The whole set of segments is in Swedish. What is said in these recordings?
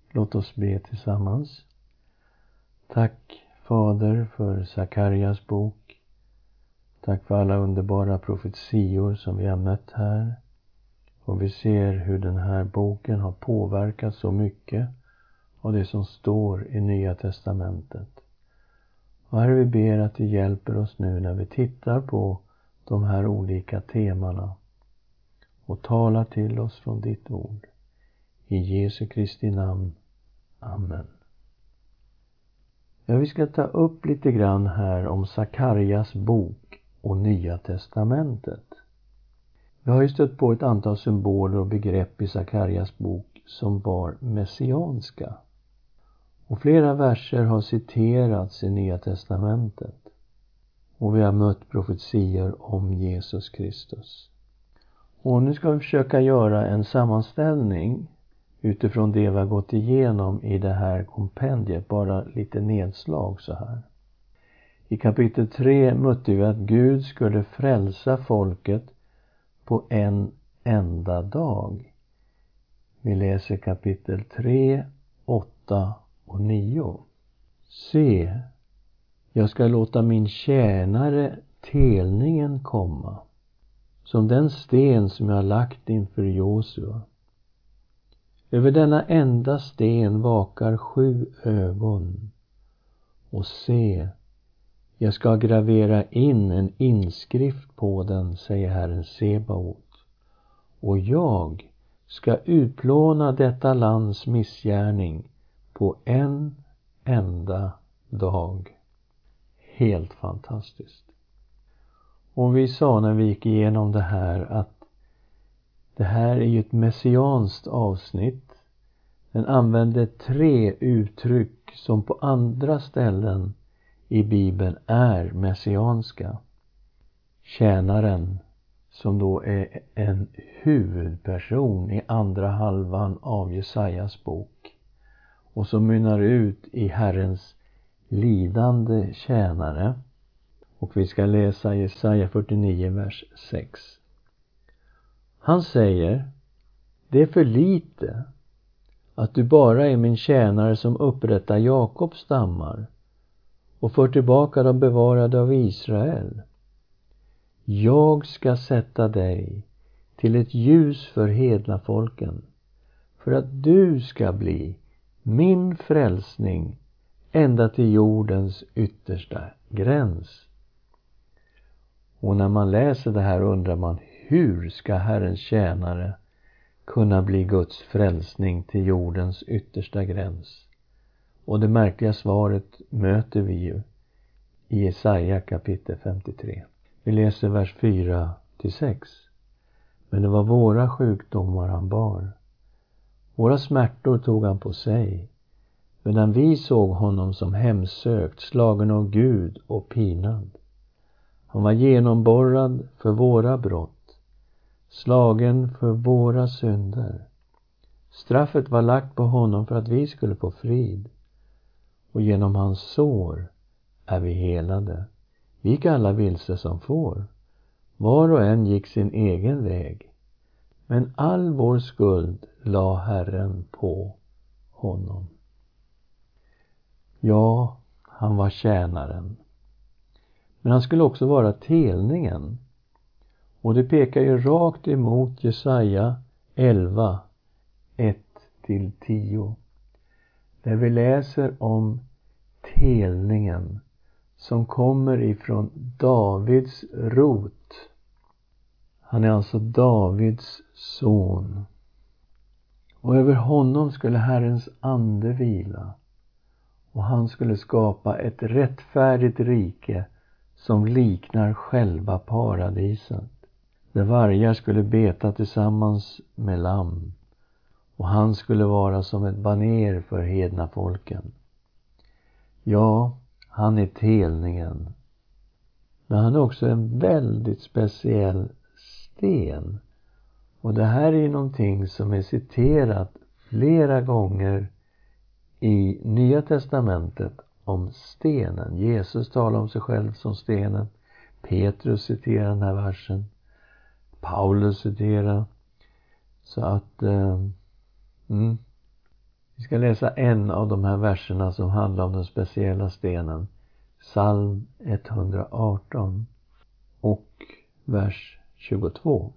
Låt oss be tillsammans. Tack Fader för Sakarias bok. Tack för alla underbara profetior som vi har mött här. Och vi ser hur den här boken har påverkat så mycket av det som står i Nya testamentet. Och Herre, vi ber att du hjälper oss nu när vi tittar på de här olika temana och talar till oss från ditt ord. I Jesu Kristi namn. Amen. Ja, vi ska ta upp lite grann här om Sakarias bok och Nya testamentet. Vi har ju stött på ett antal symboler och begrepp i Sakarias bok som var messianska. Och flera verser har citerats i Nya testamentet. Och vi har mött profetier om Jesus Kristus. Och nu ska vi försöka göra en sammanställning utifrån det vi har gått igenom i det här kompendiet. Bara lite nedslag så här. I kapitel 3 mötte vi att Gud skulle frälsa folket på en enda dag. Vi läser kapitel 3, 8 och 9. Se, jag ska låta min tjänare telningen komma, som den sten som jag har lagt inför Josua. Över denna enda sten vakar 7 ögon. Och se, jag ska gravera in en inskrift på den, säger Herren Sebaot. Och jag ska utplåna detta lands missgärning på en enda dag. Helt fantastiskt. Och vi sa när vi gick igenom det här att det här är ju ett messianskt avsnitt. Den använder 3 uttryck som på andra ställen i Bibeln är messianska. Tjänaren, som då är en huvudperson i andra halvan av Jesajas bok. Och som mynnar ut i Herrens lidande tjänare. Och vi ska läsa Jesaja 49, vers 6. Han säger, det är för lite att du bara är min tjänare som upprättar Jakobs stammar och för tillbaka de bevarade av Israel. Jag ska sätta dig till ett ljus för hedna folken, för att du ska bli min frälsning ända till jordens yttersta gräns. Och när man läser det här undrar man, hur ska Herrens tjänare kunna bli Guds frälsning till jordens yttersta gräns? Och det märkliga svaret möter vi ju i Jesaja kapitel 53. Vi läser vers 4-6. Men det var våra sjukdomar han bar. Våra smärtor tog han på sig. Medan vi såg honom som hemsökt, slagen av Gud och pinad. Han var genomborrad för våra brott, slagen för våra synder. Straffet var lagt på honom för att vi skulle få frid. Och genom hans sår är vi helade. Vi gick alla vilse som får. Var och en gick sin egen väg. Men all vår skuld la Herren på honom. Ja, han var tjänaren. Men han skulle också vara telningen. Och det pekar ju rakt emot Jesaja 11, 1-10. Där vi läser om telningen som kommer ifrån Davids rot. Han är alltså Davids son. Och över honom skulle Herrens ande vila. Och han skulle skapa ett rättfärdigt rike som liknar själva paradiset. Där vargar skulle beta tillsammans med lamm. Och han skulle vara som ett baner för hedna folken. Ja, han är telningen. Men han är också en väldigt speciell sten. Och det här är någonting som är citerat flera gånger i Nya testamentet om stenen. Jesus talar om sig själv som stenen. Petrus citerar den här versen. Paulus citerar. Så att vi ska läsa en av de här verserna som handlar om den speciella stenen. Psalm 118 och vers 22.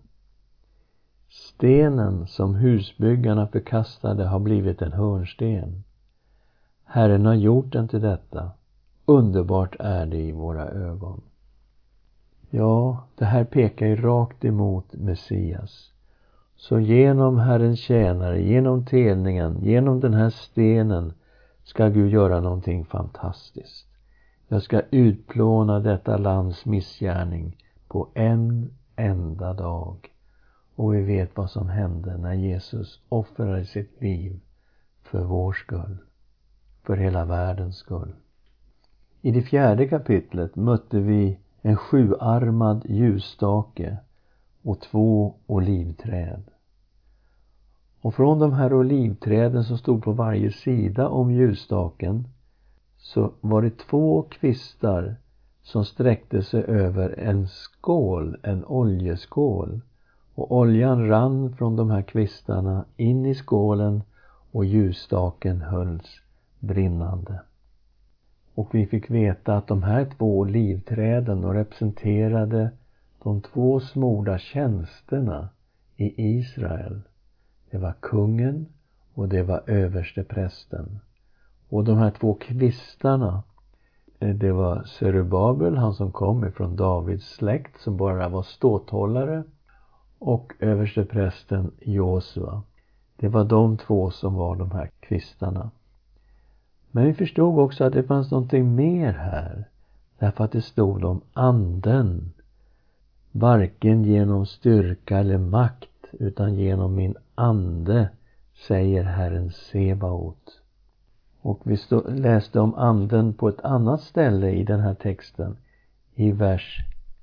Stenen som husbyggarna förkastade har blivit en hörnsten. Herren har gjort den till detta. Underbart är det i våra ögon. Ja, det här pekar ju rakt emot Messias. Så genom Herrens tjänare, genom telningen, genom den här stenen ska Gud göra någonting fantastiskt. Jag ska utplåna detta lands missgärning på en enda dag. Och vi vet vad som hände när Jesus offrade sitt liv för vår skull. För hela världens skull. I det 4:e kapitlet mötte vi en 7-armad ljusstake och 2 olivträd. Och från de här olivträden som stod på varje sida om ljusstaken så var det 2 kvistar som sträckte sig över en skål, en oljeskål. Och oljan rann från de här kvistarna in i skålen och ljusstaken hölls brinnande. Och vi fick veta att de här 2 olivträden representerade de 2 smorda tjänsterna i Israel. Det var kungen och det var översteprästen. Och de här 2 kvistarna, det var Zerubabel, han som kom ifrån Davids släkt som bara var ståthållare. Och översteprästen Josua. Det var de 2 som var de här kvistarna. Men vi förstod också att det fanns någonting mer här. Därför att det stod om anden. Varken genom styrka eller makt utan genom min ande, säger Herren Sebaot. Och vi läste om anden på ett annat ställe i den här texten. I vers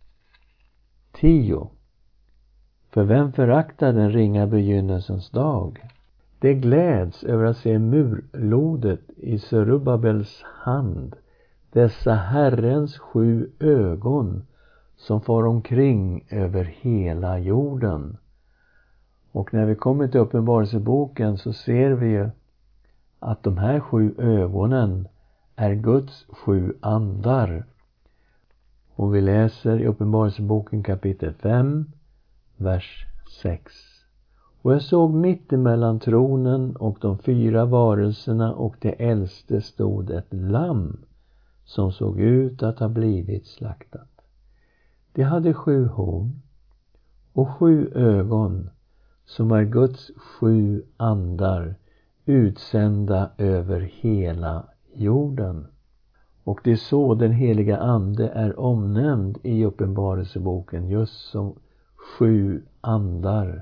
10. För vem föraktar den ringa begynnelsens dag? Det gläds över att se murlodet i Zerubabels hand. Dessa Herrens 7 ögon som far omkring över hela jorden. Och när vi kommer till Uppenbarelseboken så ser vi ju att de här 7 ögonen är Guds 7 andar. Och vi läser i Uppenbarelseboken kapitel 5, vers 6. Och jag såg mitt emellan tronen och de 4 varelserna och det äldste stod ett lamm som såg ut att ha blivit slaktat. Det hade 7 horn och 7 ögon som är Guds 7 andar utsända över hela jorden. Och det är så den heliga ande är omnämnd i Uppenbarelseboken, just som 7 andar.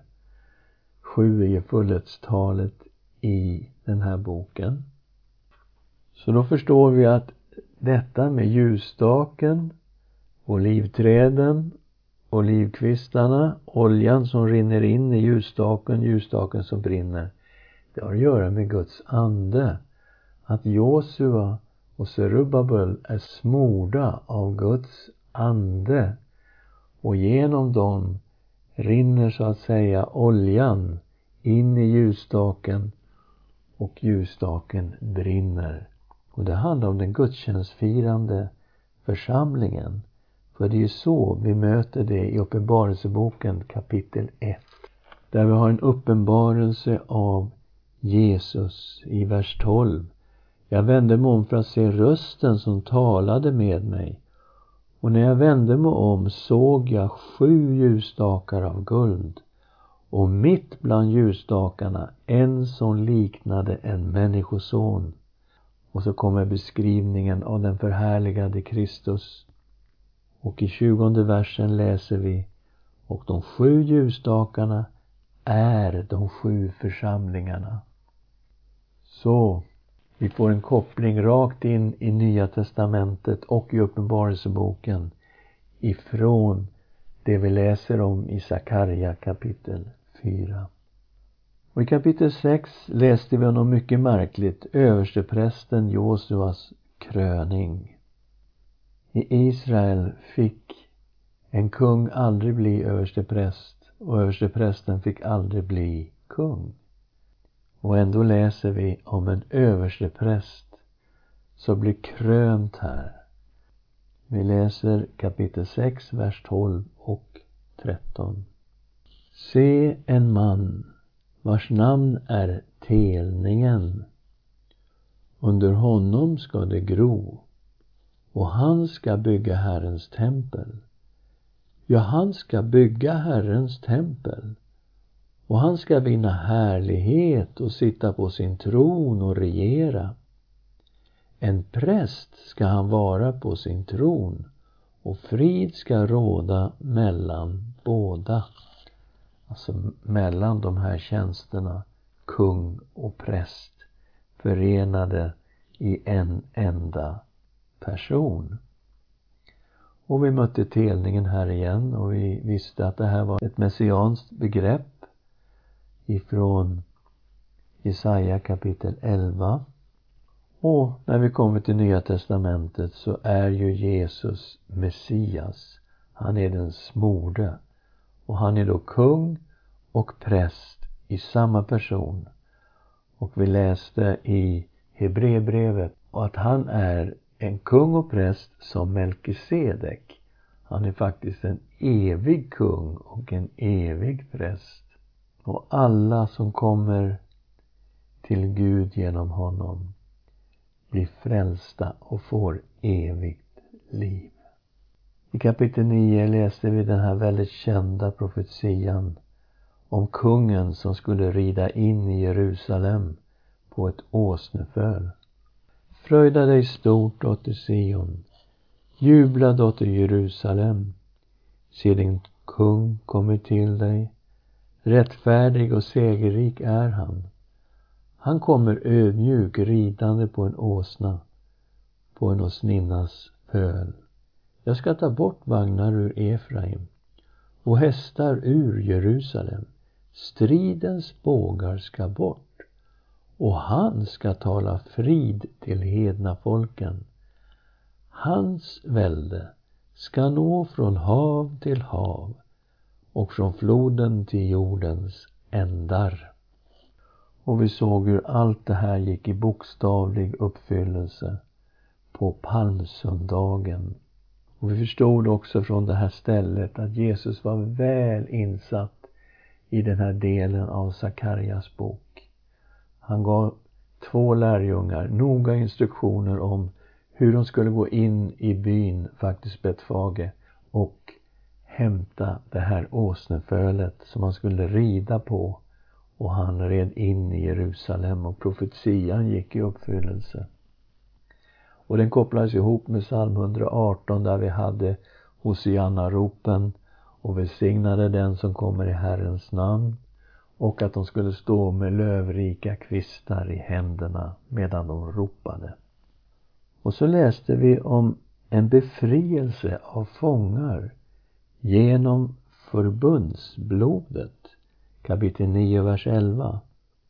7 är ju fullhetstalet i den här boken. Så då förstår vi att detta med ljusstaken, olivträden, olivkvistarna, oljan som rinner in i ljusstaken som brinner, det har att göra med Guds ande. Att Josua och Zerubabel är smorda av Guds ande. Och genom dem rinner så att säga oljan in i ljusstaken och ljusstaken brinner. Och det handlar om den gudstjänstfirande församlingen. För det är ju så vi möter det i Uppenbarelseboken kapitel 1. Där vi har en uppenbarelse av Jesus i vers 12. Jag vände mig om för att se rösten som talade med mig. Och när jag vände mig om såg jag 7 ljusstakar av guld. Och mitt bland ljusstakarna en som liknade en människoson. Och så kommer beskrivningen av den förhärligade Kristus. Och i 20:e versen läser vi: och de 7 ljusstakarna är de 7 församlingarna. Så vi får en koppling rakt in i Nya testamentet och i Uppenbarelseboken ifrån det vi läser om i Sakarja kapitel 4. Och i kapitel 6 läste vi om något mycket märkligt, översteprästen Josuas kröning. I Israel fick en kung aldrig bli överstepräst och översteprästen fick aldrig bli kung. Och ändå läser vi om en överstepräst som blir krönt här. Vi läser kapitel 6, vers 12 och 13. Se en man vars namn är Telningen. Under honom ska det gro, och han ska bygga Herrens tempel. Ja, han ska bygga Herrens tempel, och han ska vinna härlighet och sitta på sin tron och regera. En präst ska han vara på sin tron, och frid ska råda mellan båda. Alltså mellan de här tjänsterna, kung och präst, förenade i en enda person. Och vi mötte Telningen här igen, och vi visste att det här var ett messianskt begrepp ifrån Jesaja kapitel 11. Och när vi kommer till Nya testamentet så är ju Jesus Messias. Han är den smorde, och han är då kung och präst i samma person. Och vi läste i Hebreerbrevet att han är en kung och präst som Melkisedek. Han är faktiskt en evig kung och en evig präst. Och alla som kommer till Gud genom honom blir frälsta och får evigt liv. I kapitel 9 läste vi den här väldigt kända profetian om kungen som skulle rida in i Jerusalem på ett åsneföl. Fröjda dig stort, dotter Sion. Jubla, dotter Jerusalem. Se, din kung kommer till dig. Rättfärdig och segerrik är han. Han kommer ödmjuk ridande på en åsna, på en åsninnas föl. Jag ska ta bort vagnar ur Efraim och hästar ur Jerusalem. Stridens bågar ska bort, och han ska tala frid till hedna folken. Hans välde ska nå från hav till hav och från floden till jordens ändar. Och vi såg hur allt det här gick i bokstavlig uppfyllelse på palmsöndagen. Och vi förstod också från det här stället att Jesus var väl insatt i den här delen av Sakarias bok. Han gav 2 lärjungar noga instruktioner om hur de skulle gå in i byn, faktiskt Betfage, och hämta det här åsnefölet som han skulle rida på. Och han red in i Jerusalem, och profetian gick i uppfyllelse. Och den kopplades ihop med psalm 118 där vi hade Hosianna-ropen och välsignade den som kommer i Herrens namn, och att de skulle stå med lövrika kvistar i händerna medan de ropade. Och så läste vi om en befrielse av fångar genom förbundsblodet. Kapitel 9, vers 11.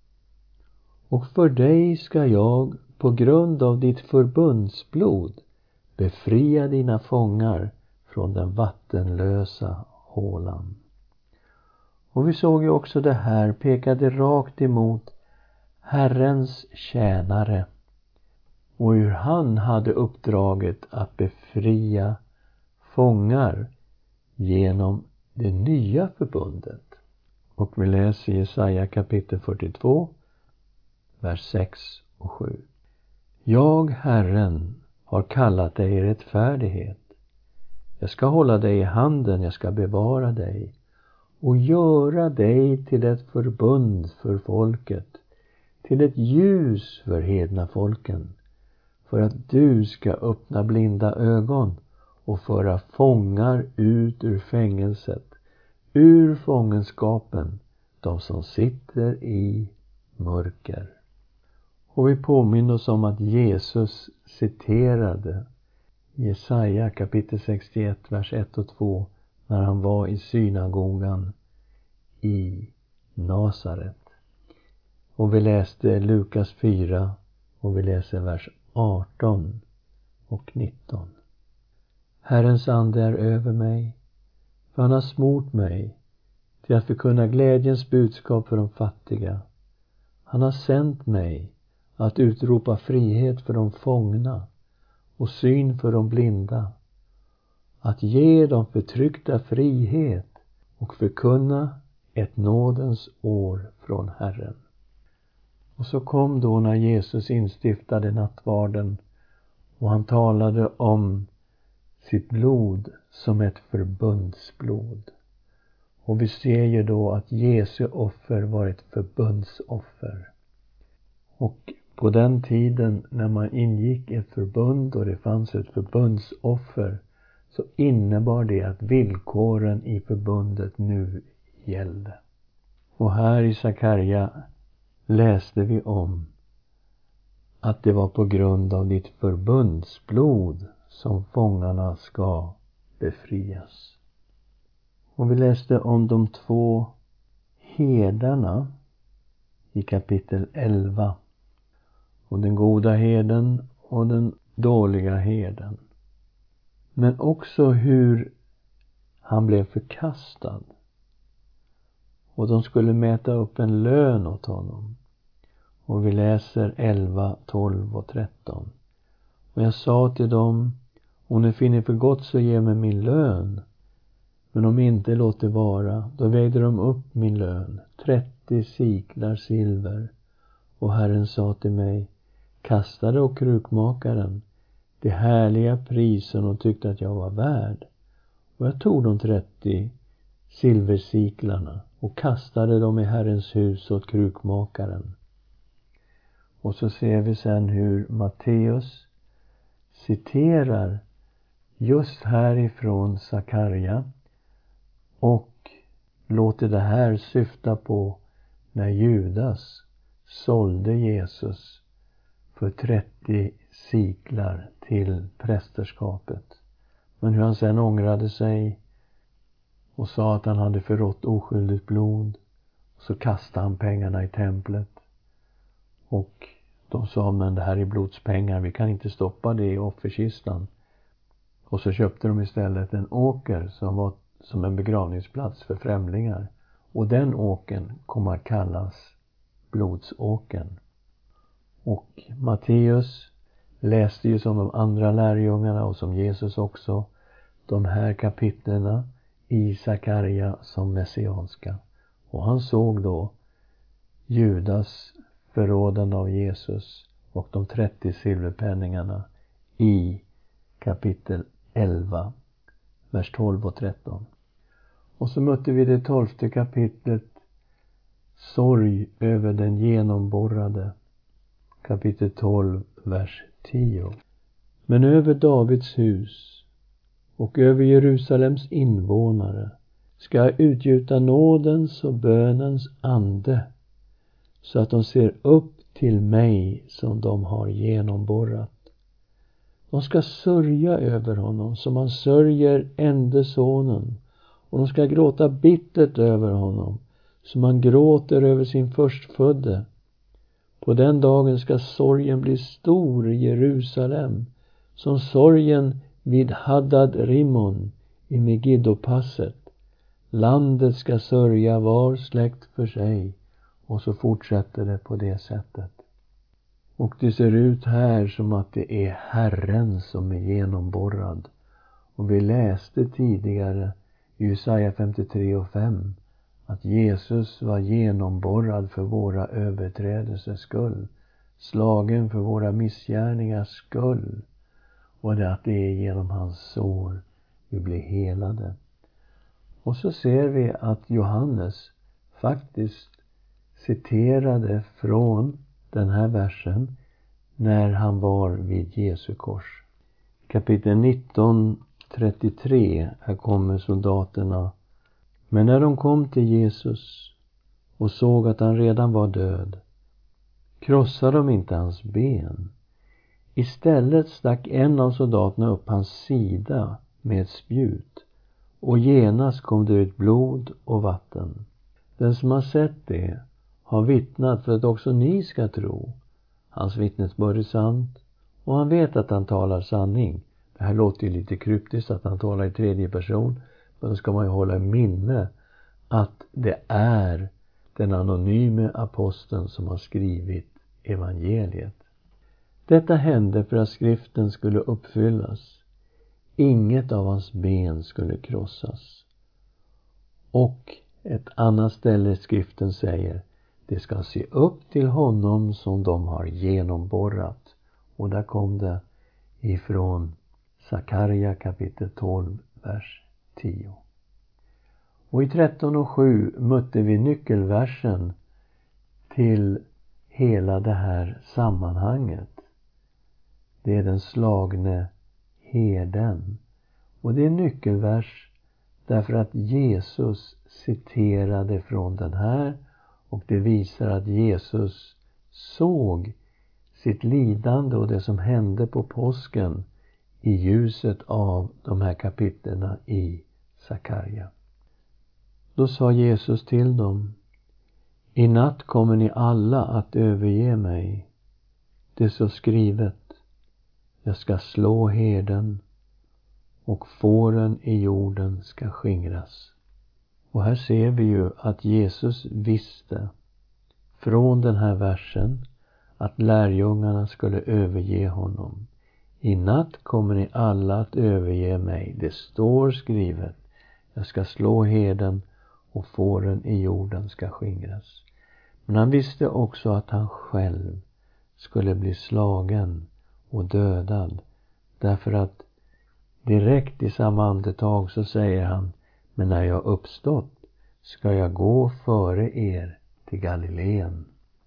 Och för dig ska jag på grund av ditt förbundsblod befria dina fångar från den vattenlösa hålan. Och vi såg ju också det här pekade rakt emot Herrens tjänare och hur han hade uppdraget att befria fångar genom det nya förbundet. Och vi läser Jesaja kapitel 42, vers 6 och 7. Jag, Herren, har kallat dig i rättfärdighet. Jag ska hålla dig i handen, jag ska bevara dig och göra dig till ett förbund för folket, till ett ljus för hedna folken, för att du ska öppna blinda ögon och föra fångar ut ur fängelset, ur fångenskapen, de som sitter i mörker. Och vi påminner oss om att Jesus citerade Jesaja kapitel 61, vers 1 och 2 när han var i synagogan i Nasaret. Och vi läste Lukas 4 och vi läser vers 18 och 19. Herrens ande är över mig, för han har smort mig till att förkunna glädjens budskap för de fattiga. Han har sänt mig att utropa frihet för de fångna och syn för de blinda, att ge de förtryckta frihet och förkunna ett nådens år från Herren. Och så kom då när Jesus instiftade nattvarden och han talade om sitt blod som ett förbundsblod. Och vi ser ju då att Jesu offer var ett förbundsoffer. Och på den tiden när man ingick ett förbund och det fanns ett förbundsoffer, så innebar det att villkoren i förbundet nu gällde. Och här i Sakarja läste vi om att det var på grund av ditt förbundsblod som fångarna ska befrias. Och vi läste om de 2 herdarna i kapitel 11. Och den goda herden och den dåliga herden. Men också hur han blev förkastad. Och de skulle mäta upp en lön åt honom. Och vi läser 11, 12 och 13. Och jag sa till dem: om ni finner för gott så ge mig min lön. Men om inte, låt det vara. Då vägde de upp min lön, 30 siklar silver. Och Herren sa till mig: kastade och krukmakaren det härliga prisen och tyckte att jag var värd. Och jag tog de 30 silversiklarna och kastade dem i Herrens hus åt krukmakaren. Och så ser vi sen hur Matteus citerar just härifrån Sakarja och låter det här syfta på när Judas sålde Jesus för 30 siklar till prästerskapet. Men hur han sen ångrade sig och sa att han hade förrått oskyldigt blod. Så kastade han pengarna i templet. Och de sa: men det här är blodspengar, vi kan inte stoppa det i offerkistan. Och så köpte de istället en åker som var som en begravningsplats för främlingar. Och den åkern kom att kallas blodsåkern. Och Matteus läste ju som de andra lärjungarna och som Jesus också de här kapitlerna i Sakarja som messianska. Och han såg då Judas förrådande av Jesus och de 30 silverpenningarna i kapitel 11, vers 12 och 13. Och så mötte vi det 12:e kapitlet, sorg över den genomborrade, kapitel 12, vers 10. Men över Davids hus och över Jerusalems invånare ska jag utgjuta nådens och bönens ande, så att de ser upp till mig som de har genomborrat. De ska sörja över honom som man sörjer ende sonen, och de ska gråta bittert över honom som man gråter över sin förstfödde. På den dagen ska sorgen bli stor i Jerusalem, som sorgen vid Hadad Rimon i Megiddopasset. Landet ska sörja var släkt för sig. Och så fortsätter det på det sättet. Och det ser ut här som att det är Herren som är genomborrad. Och vi läste tidigare i Jesaja 53 och 5 att Jesus var genomborrad för våra överträdelsers skull, slagen för våra missgärningars skull, och det att det är genom hans sår vi blir helade. Och så ser vi att Johannes faktiskt citerade från den här versen när han var vid Jesu kors. Kapitel 19, 33, här kommer soldaterna. Men när de kom till Jesus och såg att han redan var död, krossade de inte hans ben. Istället stack en av soldaterna upp hans sida med ett spjut, och genast kom det ut blod och vatten. Den som har sett det har vittnat för att också ni ska tro. Hans vittnesbörd är sant, och han vet att han talar sanning. Det här låter ju lite kryptiskt att han talar i tredje person, men då ska man ju hålla i minne att det är den anonyme aposteln som har skrivit evangeliet. Detta hände för att skriften skulle uppfyllas. Inget av hans ben skulle krossas. Och ett annat ställe i skriften säger: det ska se upp till honom som de har genomborrat. Och där kom det ifrån Sakarja kapitel 12, vers 10. Och i 13:7 mötte vi nyckelversen till hela det här sammanhanget. Det är den slagne herden. Och det är nyckelvers därför att Jesus citerade från den här, och det visar att Jesus såg sitt lidande och det som hände på påsken i ljuset av de här kapitlerna i Sakarja. Då sa Jesus till dem: i natt kommer ni alla att överge mig. Det är så skrivet: jag ska slå herden och fåren i jorden ska skingras. Och här ser vi ju att Jesus visste från den här versen att lärjungarna skulle överge honom. I natt kommer ni alla att överge mig. Det står skrivet: jag ska slå herden och fåren i jorden ska skingras. Men han visste också att han själv skulle bli slagen och dödad. Därför att direkt i samma andetag så säger han: men när jag uppstått ska jag gå före er till Galileen.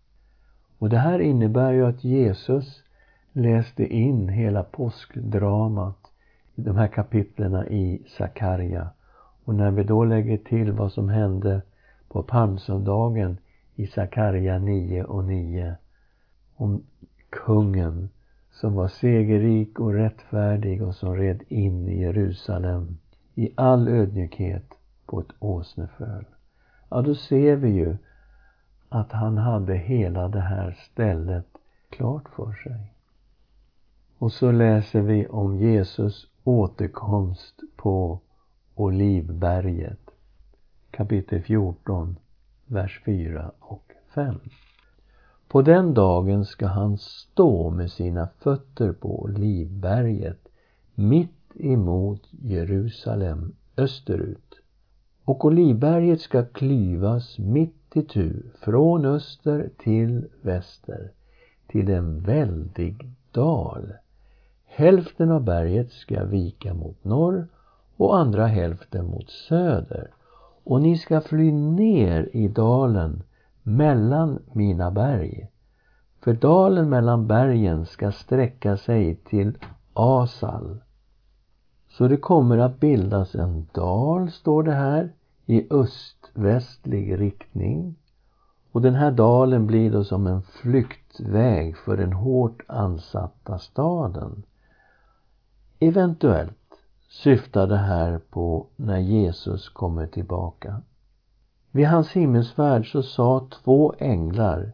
Och det här innebär ju att Jesus läste in hela påskdramat i de här kapitlerna i Sakarja. Och när vi då lägger till vad som hände på palmsöndagen i Sakarja 9:9 om kungen som var segerrik och rättfärdig och som red in i Jerusalem i all ödmjukhet på ett åsneföl. Ja, då ser vi ju att han hade hela det här stället klart för sig. Och så läser vi om Jesus återkomst på Olivberget. Kapitel 14, vers 4 och 5. På den dagen ska han stå med sina fötter på Olivberget mitt emot Jerusalem österut. Och Olivberget ska klyvas mitt itu från öster till väster till en väldig dal. Hälften av berget ska vika mot norr och andra hälften mot söder. Och ni ska fly ner i dalen mellan mina berg. För dalen mellan bergen ska sträcka sig till Asal. Så det kommer att bildas en dal, står det här, i öst-västlig riktning. Och den här dalen blir då som en flyktväg för den hårt ansatta staden. Eventuellt syftar det här på när Jesus kommer tillbaka. Vid hans himmelsfärd så sa 2 änglar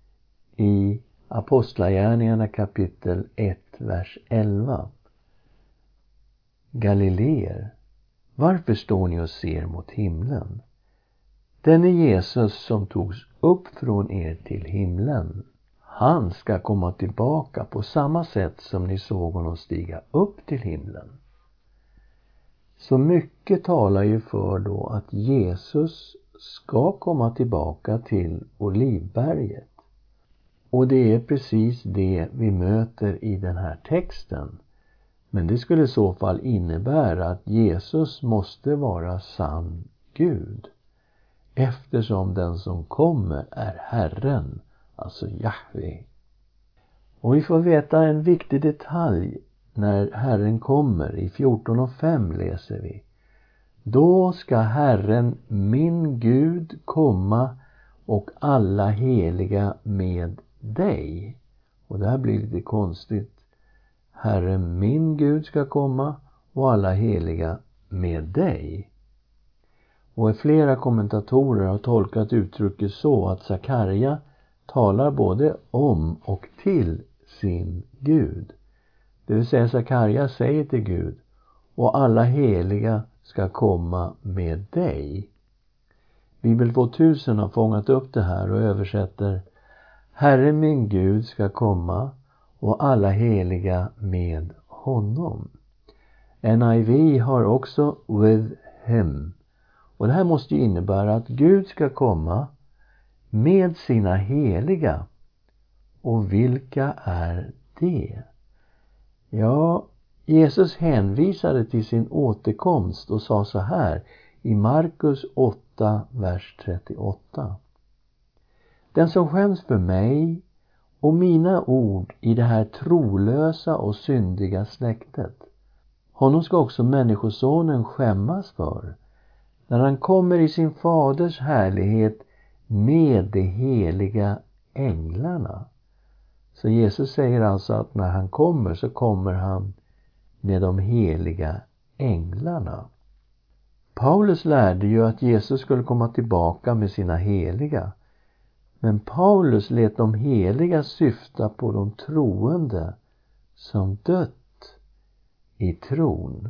i Apostlagärningarna kapitel 1, vers 11. Galileer, varför står ni och ser mot himlen? Den är Jesus som togs upp från er till himlen. Han ska komma tillbaka på samma sätt som ni såg honom stiga upp till himlen. Så mycket talar ju för då att Jesus ska komma tillbaka till Olivberget. Och det är precis det vi möter i den här texten. Men det skulle i så fall innebära att Jesus måste vara sann Gud. Eftersom den som kommer är Herren, alltså Jahve. Och vi får veta en viktig detalj när Herren kommer. I 14:5 läser vi: då ska Herren min Gud komma och alla heliga med dig. Och det här blir lite konstigt. Herren min Gud ska komma och alla heliga med dig. Och flera kommentatorer har tolkat uttrycket så att Sakarja talar både om och till sin Gud. Det vill säga Sakarja säger till Gud: och alla heliga ska komma med dig. Bibel 2000 har fångat upp det här och översätter: Herre min Gud ska komma och alla heliga med honom. NIV har också with him. Och det här måste ju innebära att Gud ska komma med sina heliga. Och vilka är det? Ja, Jesus hänvisade till sin återkomst och sa så här i Markus 8, vers 38. Den som skäms för mig och mina ord i det här trolösa och syndiga släktet, honom ska också människosonen skämmas för, när han kommer i sin faders härlighet med de heliga änglarna. Så Jesus säger alltså att när han kommer så kommer han med de heliga änglarna. Paulus lärde ju att Jesus skulle komma tillbaka med sina heliga. Men Paulus lät de heliga syfta på de troende som dött i tron.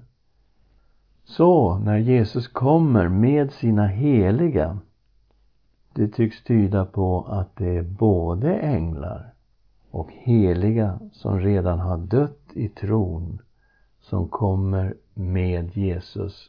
Så när Jesus kommer med sina heliga, det tycks tyda på att det är både änglar och heliga som redan har dött i tron som kommer med Jesus.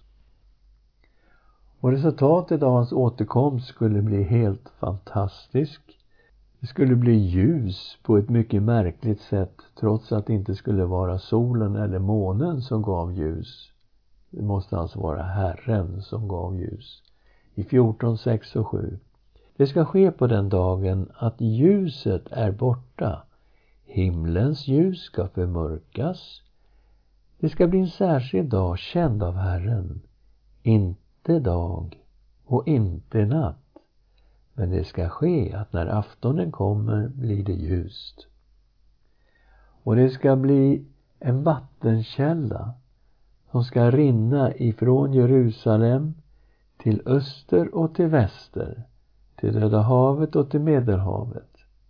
Och resultatet av hans återkomst skulle bli helt fantastisk. Det skulle bli ljus på ett mycket märkligt sätt, trots att det inte skulle vara solen eller månen som gav ljus. Det måste alltså vara Herren som gav ljus. I 14, 6 och 7. Det ska ske på den dagen att ljuset är borta. Himlens ljus ska förmörkas. Det ska bli en särskild dag känd av Herren. Inte dag och inte natt. Men det ska ske att när aftonen kommer blir det ljust. Och det ska bli en vattenkälla som ska rinna ifrån Jerusalem till öster och till väster, till Röda havet och till Medelhavet.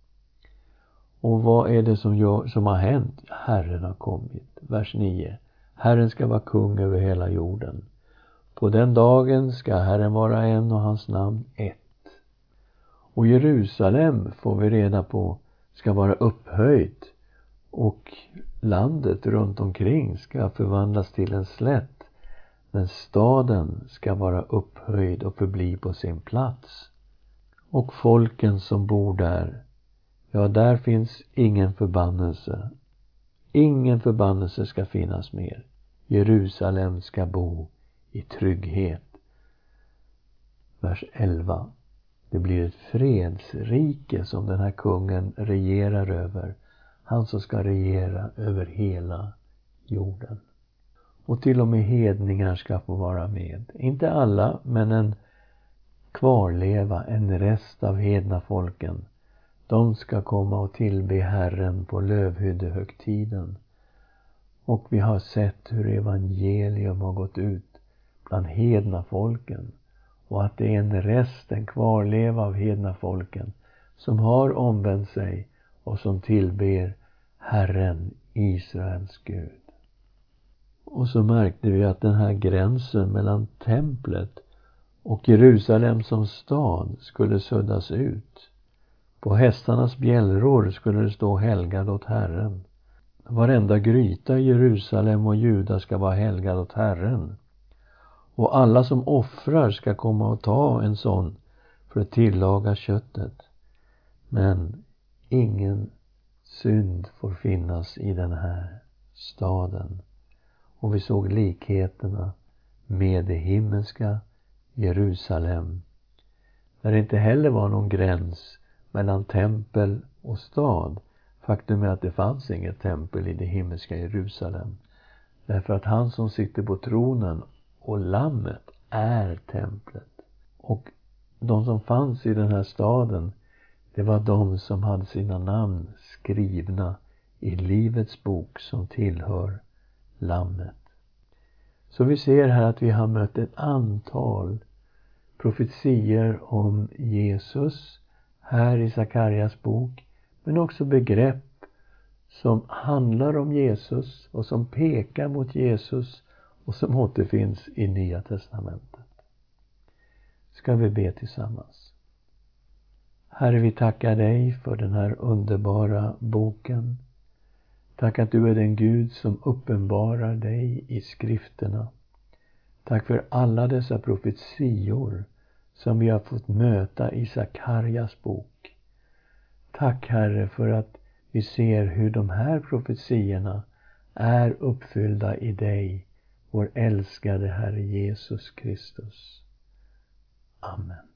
Och vad är det som har hänt? Herren har kommit. Vers 9. Herren ska vara kung över hela jorden. På den dagen ska Herren vara en och hans namn ett. Och Jerusalem, får vi reda på, ska vara upphöjt. Och landet runt omkring ska förvandlas till en slätt. Men staden ska vara upphöjd och förbli på sin plats. Och folken som bor där, ja, där finns ingen förbannelse. Ingen förbannelse ska finnas mer. Jerusalem ska bo i trygghet. Vers 11. Det blir ett fredsrike som den här kungen regerar över. Han som ska regera över hela jorden. Och till och med hedningar ska få vara med. Inte alla, men en kvarleva, en rest av hedna folken. De ska komma och tillbe Herren på lövhyddehögtiden. Och vi har sett hur evangelium har gått ut bland hedna folken. Och att det är en rest, en kvarleva av hedna folken som har omvänt sig och som tillber Herren, Israels Gud. Och så märkte vi att den här gränsen mellan templet och Jerusalem som stad skulle suddas ut. På hästarnas bjällror skulle det stå helgad åt Herren. Varenda gryta i Jerusalem och Juda ska vara helgad åt Herren. Och alla som offrar ska komma och ta en sån för att tillaga köttet. Men ingen synd får finnas i den här staden. Och vi såg likheterna med det himmelska Jerusalem. Där det inte heller var någon gräns mellan tempel och stad. Faktum är att det fanns inget tempel i det himmelska Jerusalem. Därför att han som sitter på tronen och lammet är templet. Och de som fanns i den här staden, det var de som hade sina namn skrivna i livets bok som tillhör lammet. Så vi ser här att vi har mött ett antal profetier om Jesus här i Sakarias bok, men också begrepp som handlar om Jesus och som pekar mot Jesus och som återfinns i Nya testamentet. ska vi be tillsammans. Herre, vi tackar dig för den här underbara boken. Tack att du är den Gud som uppenbarar dig i skrifterna. Tack för alla dessa profetior som vi har fått möta i Sakarjas bok. Tack Herre för att vi ser hur de här profetiorna är uppfyllda i dig, vår älskade Herre Jesus Kristus. Amen.